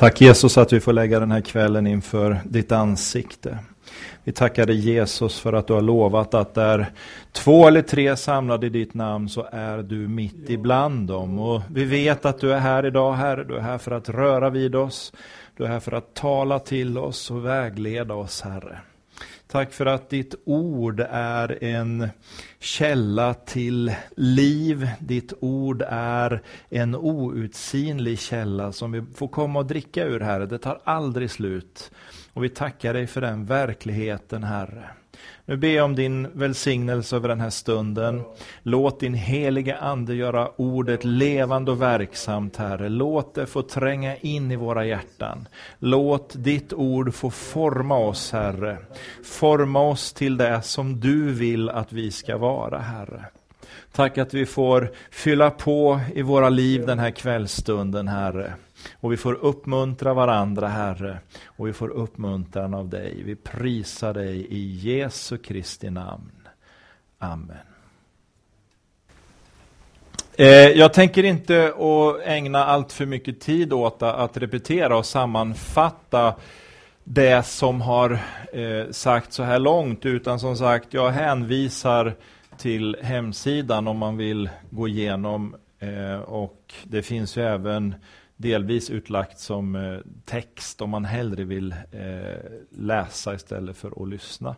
Tack Jesus att vi får lägga den här kvällen inför ditt ansikte. Vi tackar dig Jesus för att du har lovat att där 2 eller 3 samlade i ditt namn så är du mitt ibland dem. Och vi vet att du är här idag, Herre. Du är här för att röra vid oss. Du är här för att tala till oss och vägleda oss, Herre. Tack för att ditt ord är en källa till liv. Ditt ord är en outsinlig källa som vi får komma och dricka ur, Herre. Det tar aldrig slut. Och vi tackar dig för den verkligheten, Herre. Nu ber jag om din välsignelse över den här stunden. Låt din heliga ande göra ordet levande och verksamt, Herre. Låt det få tränga in i våra hjärtan. Låt ditt ord få forma oss, Herre. Forma oss till det som du vill att vi ska vara, Herre. Tack att vi får fylla på i våra liv den här kvällstunden, Herre. Och vi får uppmuntra varandra, Herre. Och vi får uppmuntran av dig. Vi prisar dig i Jesu Kristi namn. Amen. Jag tänker inte att ägna allt för mycket tid åt att repetera och sammanfatta det som har sagt så här långt. Utan som sagt, jag hänvisar till hemsidan om man vill gå igenom. Och det finns ju även delvis utlagt som text om man hellre vill läsa istället för att lyssna.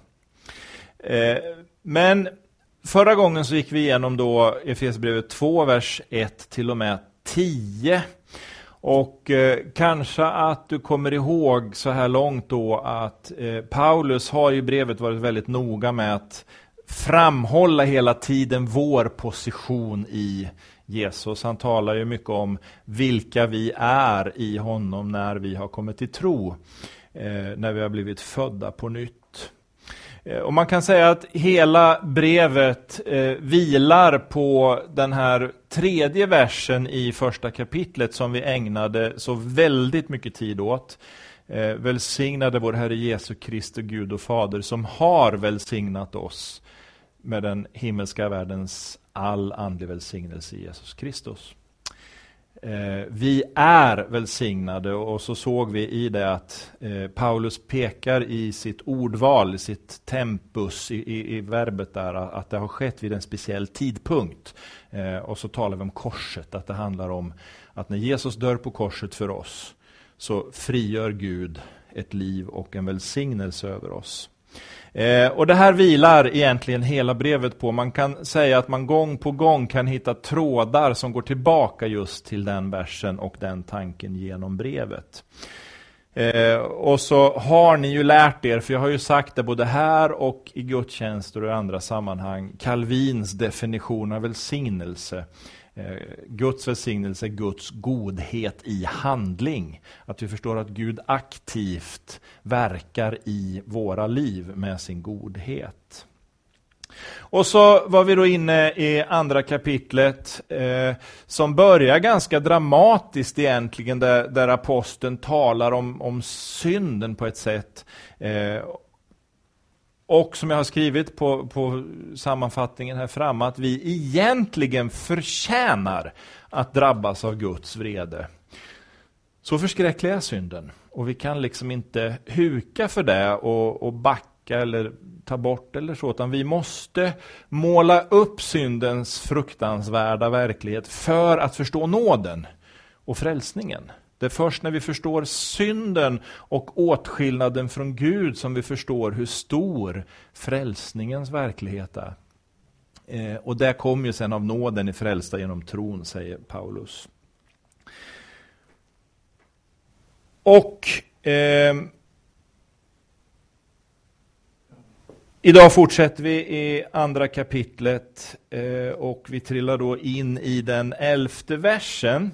Men förra gången så gick vi igenom då Efesierbrevet 2, vers 1 till och med 10. Och kanske att du kommer ihåg så här långt då att Paulus har i brevet varit väldigt noga med att framhålla hela tiden vår position i Jesus. Han talar ju mycket om vilka vi är i honom när vi har kommit till tro. När vi har blivit födda på nytt. Och man kan säga att hela brevet vilar på den här 3:e versen i första kapitlet som vi ägnade så väldigt mycket tid åt. Välsignade vår Herre Jesu Kristus Gud och Fader som har välsignat oss med den himmelska världens all andlig välsignelse i Jesus Kristus. Vi är välsignade och så såg vi i det att Paulus pekar i sitt ordval, i sitt tempus, i verbet där att det har skett vid en speciell tidpunkt. Och så talar vi om korset, att det handlar om att när Jesus dör på korset för oss så frigör Gud ett liv och en välsignelse över oss. Och det här vilar egentligen hela brevet på. Man kan säga att man gång på gång kan hitta trådar som går tillbaka just till den versen och den tanken genom brevet. Och så har ni ju lärt er, för jag har ju sagt det både här och i gudstjänster och i andra sammanhang, Calvins definition av välsignelse. Guds välsignelse, Guds godhet i handling. Att vi förstår att Gud aktivt verkar i våra liv med sin godhet. Och så var vi då inne i andra kapitlet som börjar ganska dramatiskt egentligen där aposteln talar om synden på ett sätt. Och som jag har skrivit på sammanfattningen här framme, att vi egentligen förtjänar att drabbas av Guds vrede. Så förskräcklig är synden. Och vi kan liksom inte huka för det och backa eller ta bort eller så. Utan vi måste måla upp syndens fruktansvärda verklighet för att förstå nåden och frälsningen. Det är först när vi förstår synden och åtskillnaden från Gud som vi förstår hur stor frälsningens verklighet är. Och det kommer ju sen av nåden i frälsta genom tron, säger Paulus. Och idag fortsätter vi i andra kapitlet och vi trillar då in i den 11:e versen.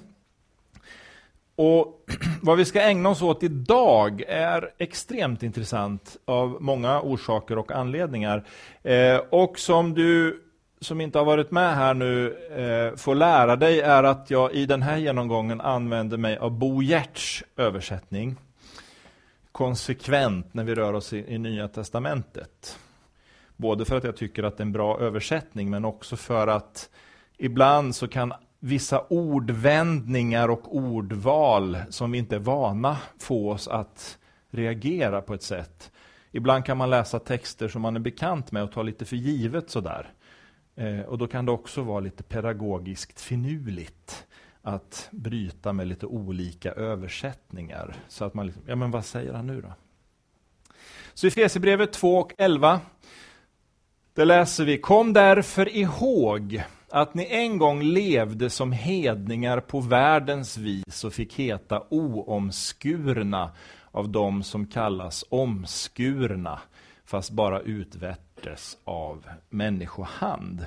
Och vad vi ska ägna oss åt idag är extremt intressant av många orsaker och anledningar. Och som du som inte har varit med här nu får lära dig är att jag i den här genomgången använder mig av Bo Giertz översättning. Konsekvent när vi rör oss i Nya Testamentet. Både för att jag tycker att det är en bra översättning men också för att ibland så kan vissa ordvändningar och ordval som vi inte är vana få oss att reagera på ett sätt. Ibland kan man läsa texter som man är bekant med och ta lite för givet sådär. Och då kan det också vara lite pedagogiskt finurligt att bryta med lite olika översättningar. Så att man liksom, ja men vad säger han nu då? Så i Efesierbrevet 2:11, där läser vi: Kom därför ihåg att ni en gång levde som hedningar på världens vis och fick heta oomskurna av dem som kallas omskurna, fast bara utvärtes av människohand.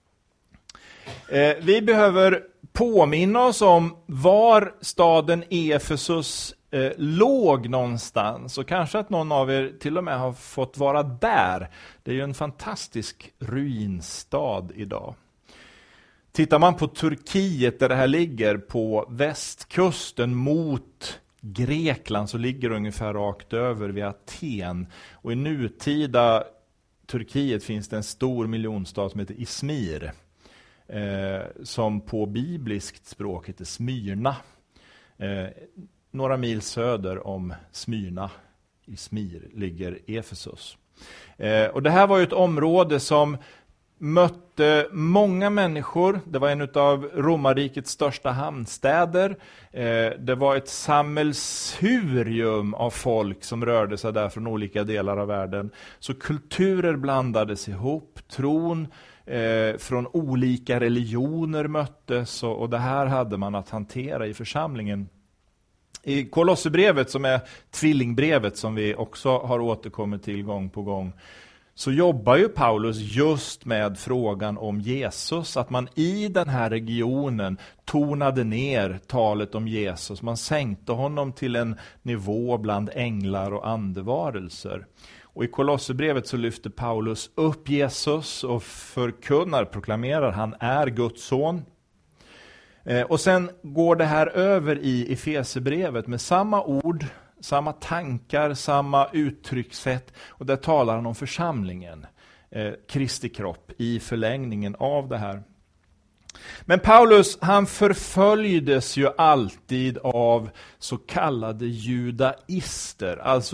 Vi behöver påminna oss om var staden Efesus låg någonstans, och kanske att någon av er till och med har fått vara där. Det är ju en fantastisk ruinstad idag. Tittar man på Turkiet, där det här ligger på västkusten mot Grekland, så ligger det ungefär rakt över vid Aten. Och i nutida Turkiet finns det en stor miljonstad som heter Izmir, som på bibliskt språk heter Smyrna. Några mil söder om Smyrna, Izmir, ligger Efesus. Och det här var ju ett område som mötte många människor. Det var en av romarrikets största hamnstäder. Det var ett sammelsurium av folk som rörde sig där från olika delar av världen. Så kulturer blandades ihop, tron från olika religioner möttes, och det här hade man att hantera i församlingen. I Kolosserbrevet, som är tvillingbrevet som vi också har återkommit till gång på gång, så jobbar ju Paulus just med frågan om Jesus, att man i den här regionen tonade ner talet om Jesus. Man sänkte honom till en nivå bland änglar och andevarelser. Och i Kolosserbrevet så lyfter Paulus upp Jesus och proklamerar han är Guds son. Och sen går det här över i Efesierbrevet med samma ord, samma tankar, samma uttryckssätt, och där talar han om församlingen, Kristi kropp, i förlängningen av det här. Men Paulus, han förföljdes ju alltid av så kallade judaister, alltså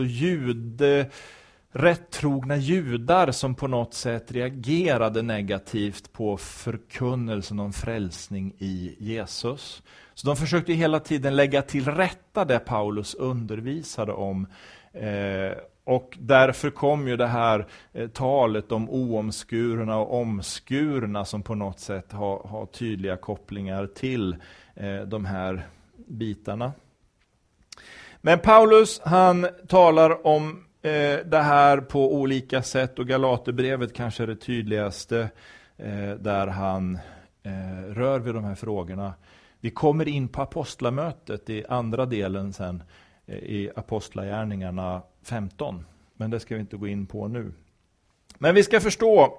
rättrogna judar som på något sätt reagerade negativt på förkunnelsen om frälsning i Jesus. Så de försökte hela tiden lägga till rätta det Paulus undervisade om. Och därför kom ju det här talet om oomskurna och omskurna som på något sätt har tydliga kopplingar till de här bitarna. Men Paulus, han talar om det här på olika sätt, och Galaterbrevet kanske är det tydligaste där han rör vid de här frågorna. Vi kommer in på apostlamötet i andra delen sen i Apostlagärningarna 15, men det ska vi inte gå in på nu. Men vi ska förstå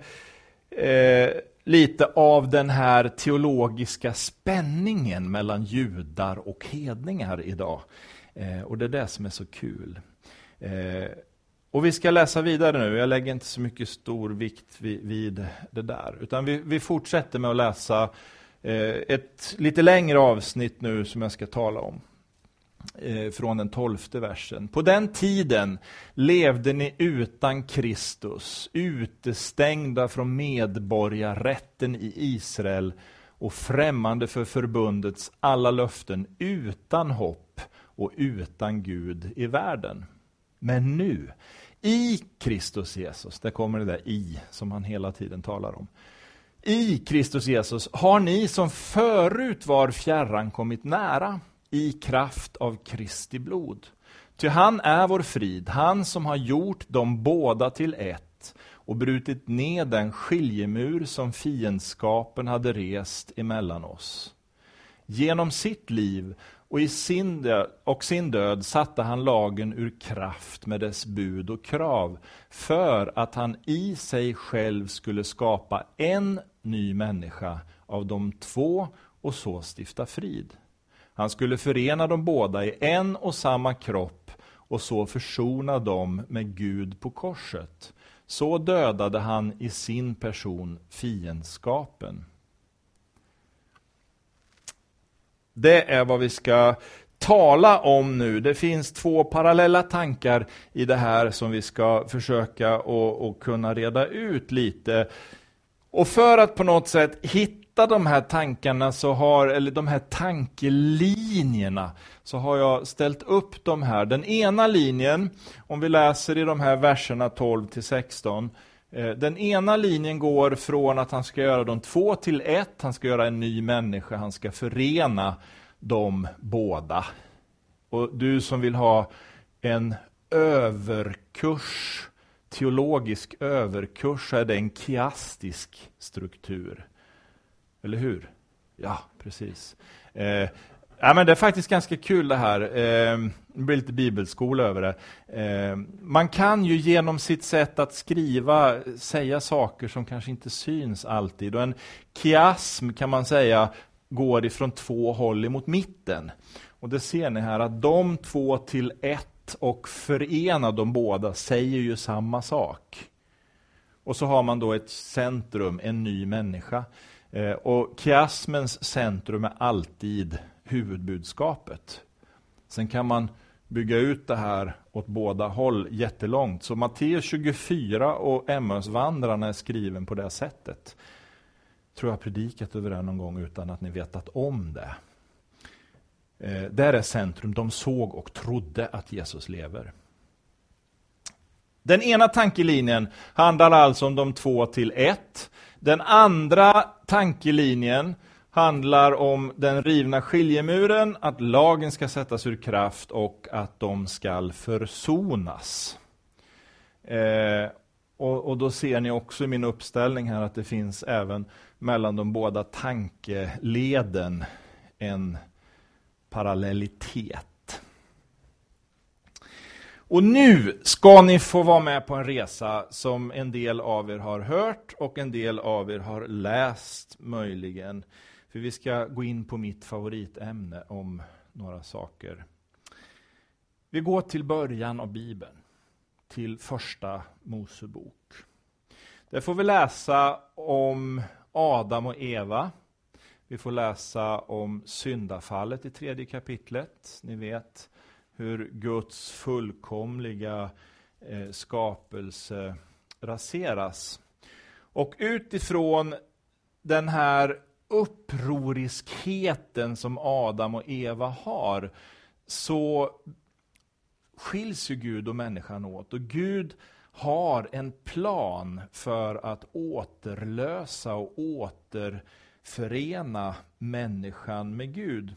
lite av den här teologiska spänningen mellan judar och hedningar idag, och det är det som är så kul. Och vi ska läsa vidare nu. Jag lägger inte så mycket stor vikt vid det där, utan vi fortsätter med att läsa ett lite längre avsnitt nu som jag ska tala om, från den 12:e versen. På den tiden levde ni utan Kristus, utestängda från medborgarrätten i Israel och främmande för förbundets alla löften, utan hopp och utan Gud i världen. Men nu, i Kristus Jesus, där kommer det där i som han hela tiden talar om. I Kristus Jesus har ni som förut var fjärran kommit nära i kraft av Kristi blod. Ty han är vår frid, han som har gjort dem båda till ett och brutit ner den skiljemur som fiendskapen hade rest emellan oss. Genom sitt liv och sin död satte han lagen ur kraft med dess bud och krav, för att han i sig själv skulle skapa en ny människa av de två och så stifta frid. Han skulle förena dem båda i en och samma kropp och så försona dem med Gud på korset. Så dödade han i sin person fiendskapen. Det är vad vi ska tala om nu. Det finns 2 parallella tankar i det här som vi ska försöka och kunna reda ut lite. Och för att på något sätt hitta de här tankarna eller de här tankelinjerna, så har jag ställt upp de här. Den ena linjen, om vi läser i de här verserna 12-16, den ena linjen går från att han ska göra de 2 till 1, han ska göra en ny människa, han ska förena de båda. Och du som vill ha en överkurs, teologisk överkurs, så är det en kiastisk struktur. Eller hur? Ja, precis. Men det är faktiskt ganska kul det här. Det blir lite bibelskola över det. Man kan ju genom sitt sätt att skriva säga saker som kanske inte syns alltid. Och en kiasm, kan man säga, går ifrån 2 håll emot mitten. Och det ser ni här att de 2 till 1 och förena de båda säger ju samma sak. Och så har man då ett centrum, en ny människa. Och kiasmens centrum är alltid huvudbudskapet. Sen kan man bygga ut det här åt båda håll jättelångt. Så Matteus 24 och Emmausvandrarna är skriven på det sättet. Tror jag har predikat över det någon gång utan att ni vetat om det. Där är centrum. De såg och trodde att Jesus lever. Den ena tankelinjen handlar alltså om de 2 till 1. Den andra tankelinjen handlar om den rivna skiljemuren, att lagen ska sättas ur kraft och att de ska försonas. Och då ser ni också i min uppställning här att det finns även mellan de båda tankeleden en parallellitet. Och nu ska ni få vara med på en resa som en del av er har hört och en del av er har läst möjligen. För vi ska gå in på mitt favoritämne om några saker. Vi går till början av Bibeln, till första Mosebok. Där får vi läsa om Adam och Eva. Vi får läsa om syndafallet i 3:e kapitlet. Ni vet hur Guds fullkomliga skapelse raseras. Och utifrån den här upproriskheten som Adam och Eva har, så skiljs ju Gud och människan åt. Och Gud har en plan för att återlösa och återförena människan med Gud.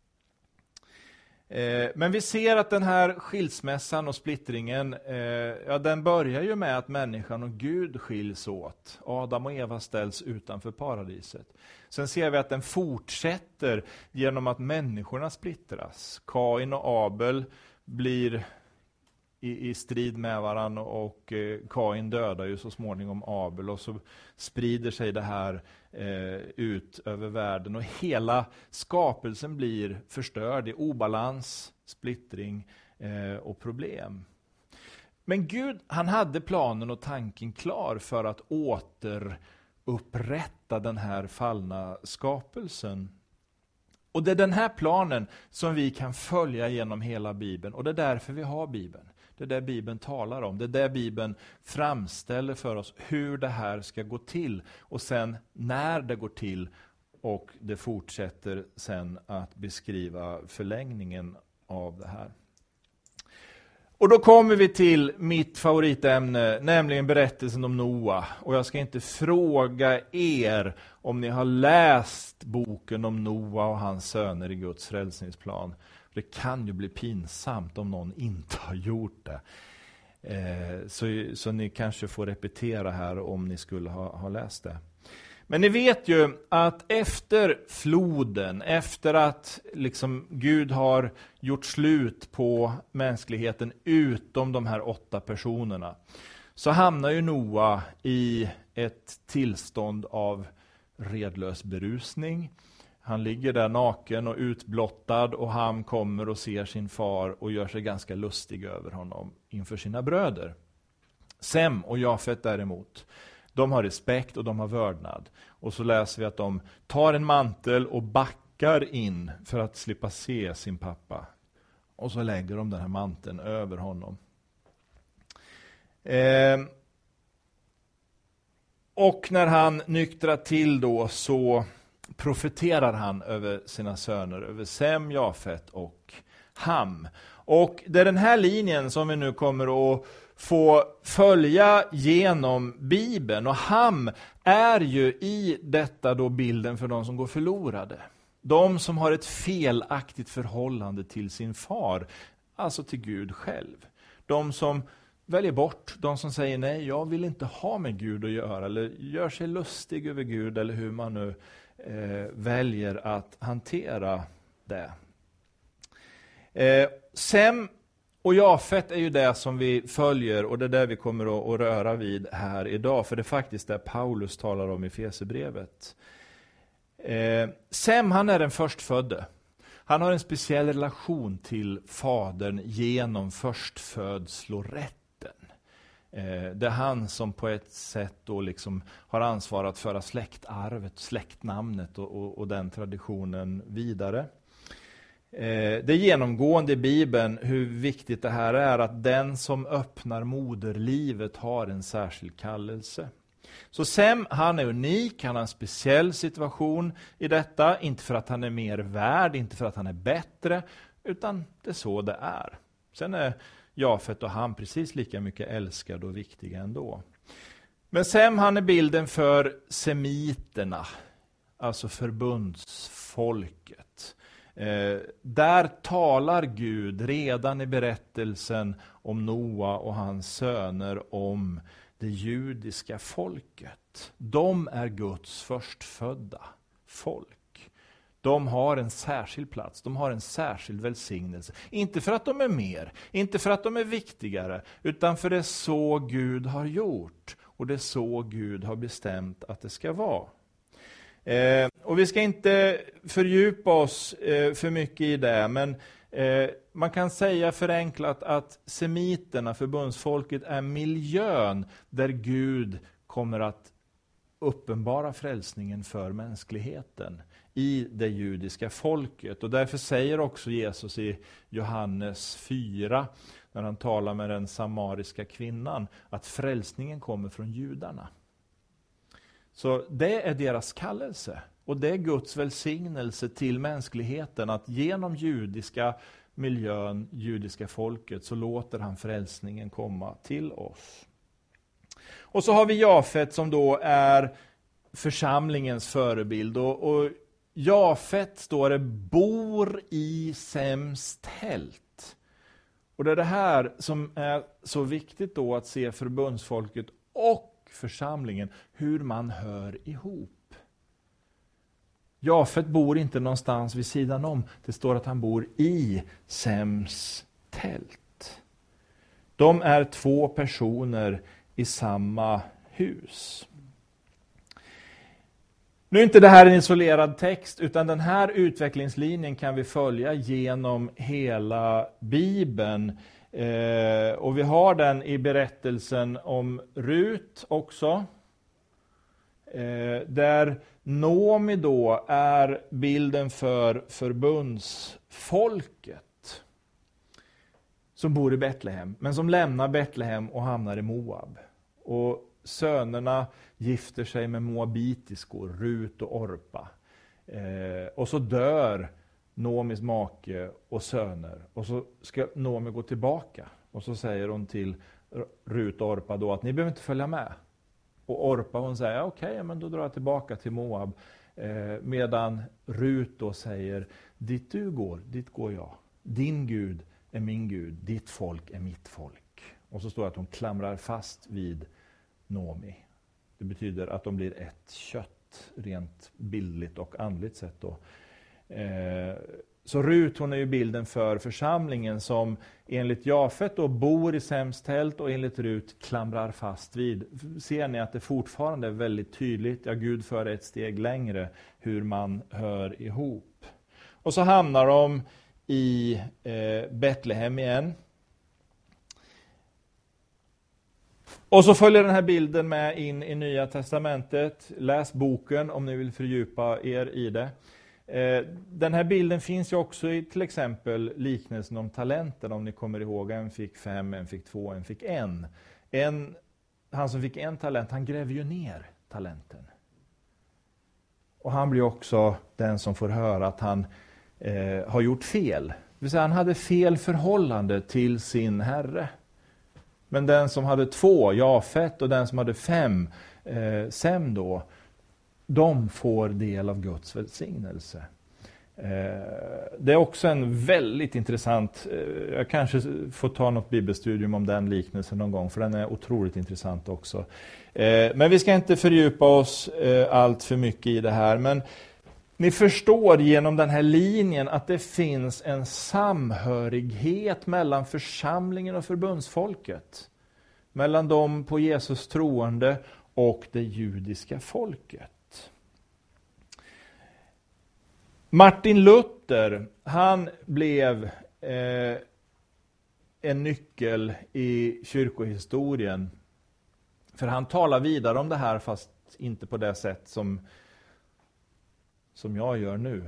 Men vi ser att den här skilsmässan och splittringen, den börjar ju med att människan och Gud skiljs åt. Adam och Eva ställs utanför paradiset. Sen ser vi att den fortsätter genom att människorna splittras. Kain och Abel blir i strid med varandra och Kain dödar ju så småningom Abel, och så sprider sig det här ut över världen och hela skapelsen blir förstörd i obalans, splittring och problem. Men Gud, han hade planen och tanken klar för att återupprätta den här fallna skapelsen. Och det är den här planen som vi kan följa genom hela Bibeln, och det är därför vi har Bibeln. Det är det Bibeln talar om. Det är det Bibeln framställer för oss hur det här ska gå till. Och sen när det går till, och det fortsätter sen att beskriva förlängningen av det här. Och då kommer vi till mitt favoritämne, nämligen berättelsen om Noa. Och jag ska inte fråga er om ni har läst boken om Noa och hans söner i Guds frälsningsplan. Det kan ju bli pinsamt om någon inte har gjort det. Så ni kanske får repetera här om ni skulle ha läst det. Men ni vet ju att efter floden, efter att liksom Gud har gjort slut på mänskligheten utom de här 8 personerna, så hamnar ju Noa i ett tillstånd av redlös berusning. Han ligger där naken och utblottad, och han kommer och ser sin far och gör sig ganska lustig över honom inför sina bröder. Sem och Jafet däremot, de har respekt och de har vördnad. Och så läser vi att de tar en mantel och backar in för att slippa se sin pappa. Och så lägger de den här manteln över honom. Och när han nyktrar till då så profeterar han över sina söner, över Sem, Jafet och Ham. Och det är den här linjen som vi nu kommer att få följa genom Bibeln. Och Ham är ju i detta då bilden för de som går förlorade. De som har ett felaktigt förhållande till sin far, alltså till Gud själv. De som väljer bort, de som säger nej, jag vill inte ha med Gud att göra, eller gör sig lustig över Gud, eller hur man nu väljer att hantera det. Sem och Jafet är ju det som vi följer, och det är det vi kommer att röra vid här idag, för det är faktiskt det Paulus talar om i Efesierbrevet. Sem, han är den förstfödde. Han har en speciell relation till fadern genom förstfödslorätten. Det är han som på ett sätt då liksom har ansvar att föra släktarvet, släktnamnet och den traditionen vidare. Det är genomgående i Bibeln hur viktigt det här är, att den som öppnar moderlivet har en särskild kallelse. Så Sem, han är unik, han har en speciell situation i detta, inte för att han är mer värd, inte för att han är bättre, utan det är så det är. Sen är Jafet och Ham precis lika mycket älskade och viktiga ändå. Men Sem, han är bilden för semiterna, alltså förbundsfolket. Där talar Gud redan i berättelsen om Noa och hans söner om det judiska folket. De är Guds förstfödda folk. De har en särskild plats, de har en särskild välsignelse. Inte för att de är mer, inte för att de är viktigare, utan för det är så Gud har gjort. Och det är så Gud har bestämt att det ska vara. Och vi ska inte fördjupa oss för mycket i det, men man kan säga förenklat att semiterna, förbundsfolket, är miljön där Gud kommer att uppenbara frälsningen för mänskligheten i det judiska folket. Och därför säger också Jesus i Johannes 4, när han talar med den samariska kvinnan, att frälsningen kommer från judarna. Så det är deras kallelse, och det är Guds välsignelse till mänskligheten, att genom judiska miljön, judiska folket, så låter han frälsningen komma till oss. Och så har vi Jafet som då är församlingens förebild, och Jafet, står det, bor i Sems tält. Och det är det här som är så viktigt då, att se förbundsfolket och församlingen, hur man hör ihop. Jafet bor inte någonstans vid sidan om. Det står att han bor i Sems tält. De är två personer i samma hus. Nu är inte det här en isolerad text, utan den här utvecklingslinjen kan vi följa genom hela Bibeln. Och vi har den i berättelsen om Rut också. Där Nomi då är bilden för förbundsfolket som bor i Betlehem, men som lämnar Betlehem och hamnar i Moab. Och sönerna gifter sig med moabitiskor, Rut och Orpa. Och så dör Nomis make och söner. Och så ska Nomi gå tillbaka. Och så säger hon till Rut och Orpa då att ni behöver inte följa med. Och Orpa, hon säger okej, men då drar jag tillbaka till Moab. Medan Rut då säger, dit du går, dit går jag. Din Gud är min Gud, ditt folk är mitt folk. Och så står det att hon klamrar fast vid Nomi. Det betyder att de blir ett kött, rent bildligt och andligt sett då. Så Rut, hon är ju bilden för församlingen som enligt Jafet då bor i Sems tält, och enligt Rut klamrar fast vid. Ser ni att det fortfarande är väldigt tydligt, ja, Gud för ett steg längre, hur man hör ihop. Och så hamnar de i Betlehem igen. Och så följer den här bilden med in i Nya testamentet. Läs boken om ni vill fördjupa er i det. Den här bilden finns ju också i till exempel liknelsen om talenten, om ni kommer ihåg. En fick 5, en fick 2, en fick 1. Han som fick 1 talent, han gräver ju ner talenten. Och han blir också den som får höra att han har gjort fel. Det vill säga han hade fel förhållande till sin herre. Men den som hade 2, Jafet, och den som hade 5, Sem då, de får del av Guds välsignelse. Det är också en väldigt intressant, jag kanske får ta något bibelstudium om den liknelsen någon gång, för den är otroligt intressant också. Men vi ska inte fördjupa oss allt för mycket i det här, men ni förstår genom den här linjen att det finns en samhörighet mellan församlingen och förbundsfolket. Mellan dem på Jesus troende och det judiska folket. Martin Luther, han blev en nyckel i kyrkohistorien. För han talar vidare om det här, fast inte på det sätt som jag gör nu.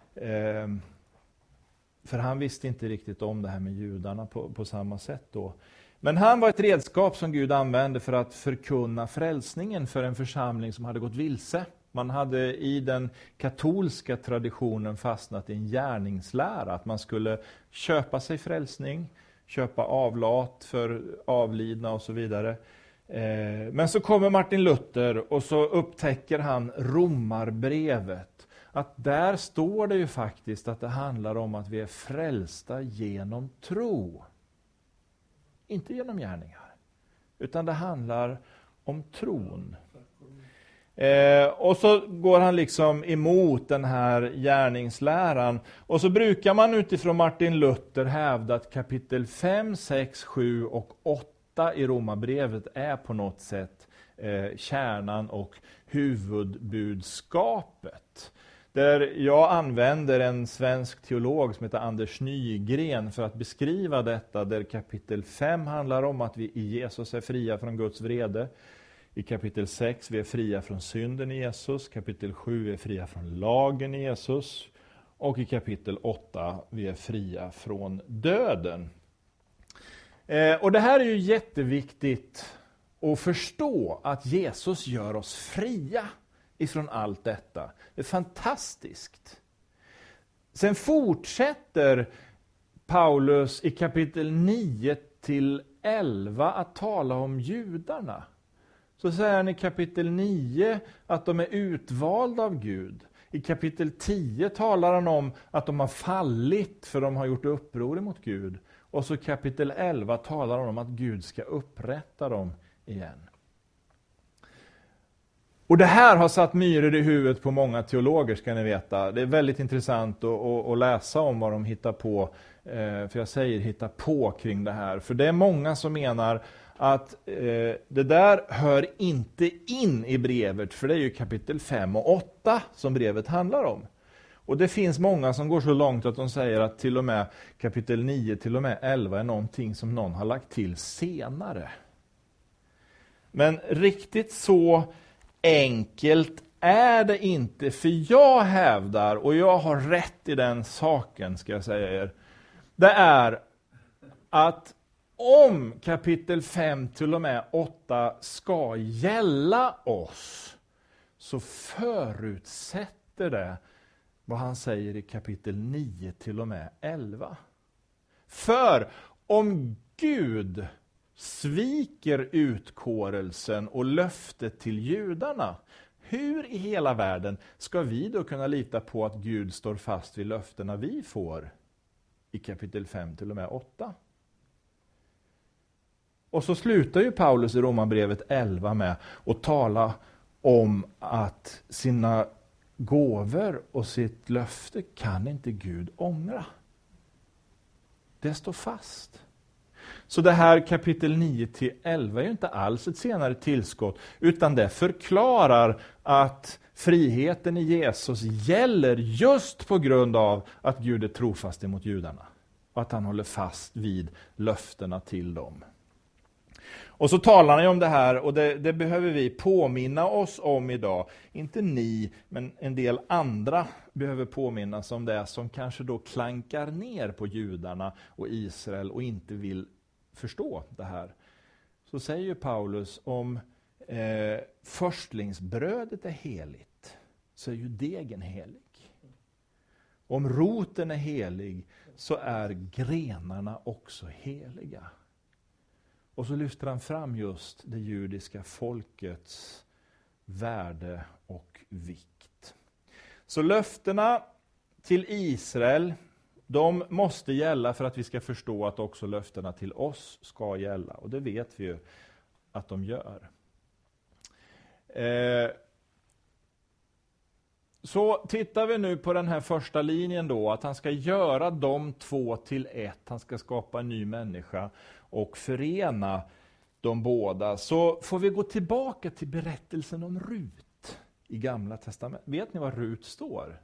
För han visste inte riktigt om det här med judarna på samma sätt då. Men han var ett redskap som Gud använde för att förkunna frälsningen för en församling som hade gått vilse. Man hade i den katolska traditionen fastnat i en gärningslära, att man skulle köpa sig frälsning, köpa avlat för avlidna och så vidare. Men så kommer Martin Luther och så upptäcker han Romarbrevet. Att där står det ju faktiskt att det handlar om att vi är frälsta genom tro. Inte genom gärningar, utan det handlar om tron. Och så går han liksom emot den här gärningsläran. Och så brukar man utifrån Martin Luther hävda att kapitel 5, 6, 7 och 8 i Romarbrevet är på något sätt kärnan och huvudbudskapet. Där jag använder en svensk teolog som heter Anders Nygren för att beskriva detta. Där kapitel 5 handlar om att vi i Jesus är fria från Guds vrede. I kapitel 6 vi är fria från synden i Jesus. Kapitel 7 vi är fria från lagen i Jesus. Och i kapitel 8 vi är fria från döden. Och det här är ju jätteviktigt att förstå, att Jesus gör oss fria ifrån allt detta. Det är fantastiskt. Sen fortsätter Paulus i kapitel 9 till 11 att tala om judarna. Så säger han i kapitel 9 att de är utvalda av Gud. I kapitel 10 talar han om att de har fallit för de har gjort uppror mot Gud. Och så kapitel 11 talar han om att Gud ska upprätta dem igen. Och det här har satt myror i huvudet på många teologer, ska ni veta. Det är väldigt intressant att läsa om vad de hittar på. För jag säger hitta på kring det här. För det är många som menar att det där hör inte in i brevet. För det är ju kapitel 5 och 8 som brevet handlar om. Och det finns många som går så långt att de säger att till och med kapitel 9 till och med 11 är någonting som någon har lagt till senare. Men riktigt så enkelt är det inte, för jag hävdar, och jag har rätt i den saken ska jag säga er, det är att om kapitel 5 till och med 8 ska gälla oss, så förutsätter det vad han säger i kapitel 9 till och med 11. För om Gud sviker utkårelsen och löftet till judarna, hur i hela världen ska vi då kunna lita på att Gud står fast vid löftena vi får i kapitel 5 till och med 8? Och så slutar ju Paulus i Romarbrevet 11 med att tala om att sina gåvor och sitt löfte kan inte Gud ångra. Det står fast. Så det här kapitel 9 till 11 är ju inte alls ett senare tillskott, utan det förklarar att friheten i Jesus gäller just på grund av att Gud är trofast emot judarna och att han håller fast vid löftena till dem. Och så talar han om det här, och det behöver vi påminna oss om idag. Inte ni, men en del andra behöver påminnas om det som kanske då klankar ner på judarna och Israel och inte vill förstå det här. Så säger Paulus om förstlingsbrödet är heligt, så är ju degen helig. Om roten är helig, så är grenarna också heliga. Och så lyfter han fram just det judiska folkets värde och vikt. Så löftena till Israel, de måste gälla för att vi ska förstå att också löftena till oss ska gälla. Och det vet vi ju att de gör. Så tittar vi nu på den här första linjen då, att han ska göra de två till ett. Han ska skapa en ny människa och förena de båda. Så får vi gå tillbaka till berättelsen om Rut i Gamla testamentet. Vet ni vad Rut står?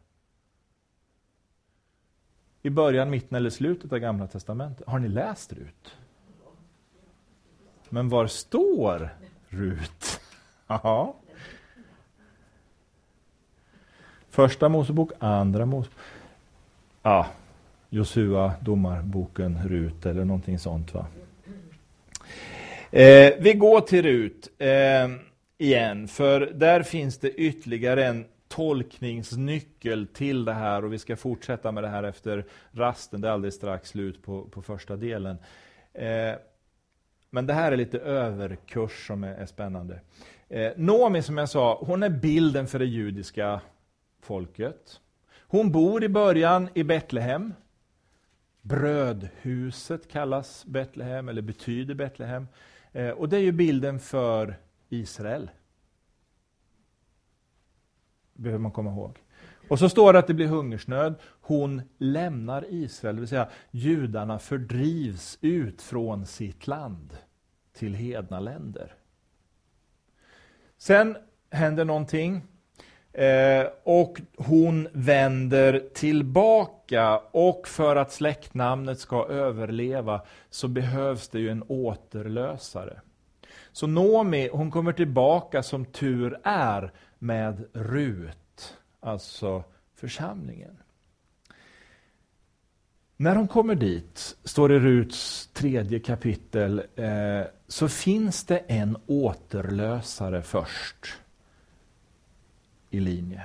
I början, mitten eller slutet av Gamla testamentet. Har ni läst Rut? Men var står Rut? Ja. Första Mosebok, andra Mosebok. Ja, Josua, domarboken, Rut eller någonting sånt, va? Vi går till Rut igen, för där finns det ytterligare en tolkningsnyckel till det här, och vi ska fortsätta med det här efter rasten. Det är alldeles strax slut på första delen. Men det här är lite överkurs som är spännande. Naomi, som jag sa, hon är bilden för det judiska folket. Hon bor i början i Betlehem. Brödhuset kallas Betlehem, eller betyder Betlehem. Och det är ju bilden för Israel. Behöver man komma ihåg. Och så står det att det blir hungersnöd. Hon lämnar Israel, det vill säga judarna fördrivs ut från sitt land till hedna länder. Sen händer någonting. Och hon vänder tillbaka, och för att släktnamnet ska överleva så behövs det ju en återlösare. Så Naomi, hon kommer tillbaka som tur är med Rut, alltså församlingen. När hon kommer dit, står det i Ruts 3:e kapitel, så finns det en återlösare först i linje.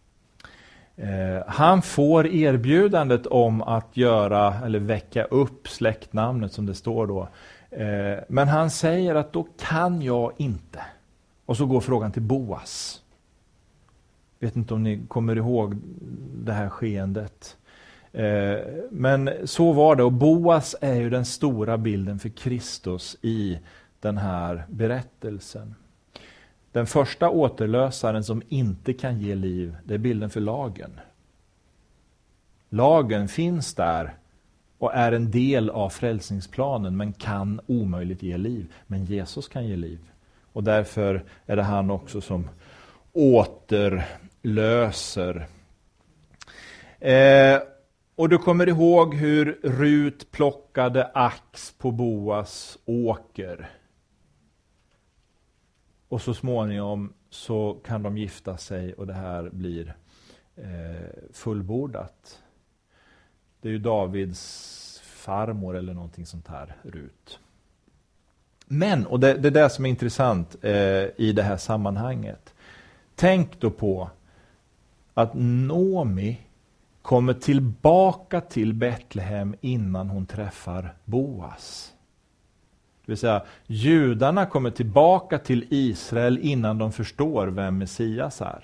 Han får erbjudandet om att göra eller väcka upp släktnamnet, som det står då. Men han säger att då kan jag inte. Och så går frågan till Boas. Vet inte om ni kommer ihåg det här skeendet. Men så var det, och Boas är ju den stora bilden för Kristus i den här berättelsen. Den första återlösaren som inte kan ge liv, det är bilden för lagen. Lagen finns där och är en del av frälsningsplanen, men kan omöjligt ge liv. Men Jesus kan ge liv. Och därför är det han också som återlöser. Och du kommer ihåg hur Rut plockade ax på Boas åker. Och så småningom så kan de gifta sig, och det här blir fullbordat. Det är ju Davids farmor eller någonting sånt här, Rut. Men, och det är det som är intressant i det här sammanhanget. Tänk då på att Naomi kommer tillbaka till Betlehem innan hon träffar Boas. Det vill säga, judarna kommer tillbaka till Israel innan de förstår vem Messias är.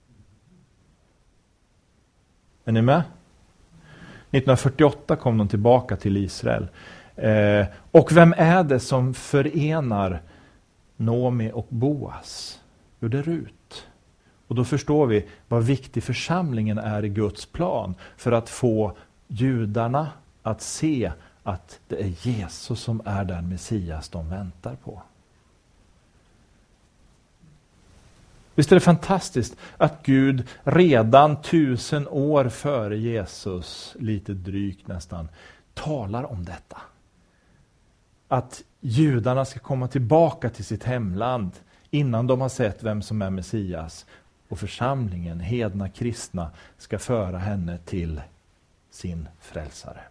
Är ni med? 1948 kom de tillbaka till Israel. Och vem är det som förenar Naomi och Boas? Jo, det är Rut. Och då förstår vi vad viktig församlingen är i Guds plan för att få judarna att se att det är Jesus som är den Messias de väntar på. Visst är det fantastiskt att Gud redan 1000 år före Jesus, lite drygt nästan, talar om detta. att judarna ska komma tillbaka till sitt hemland innan de har sett vem som är Messias. Och församlingen, hedna kristna, ska föra henne till sin frälsare.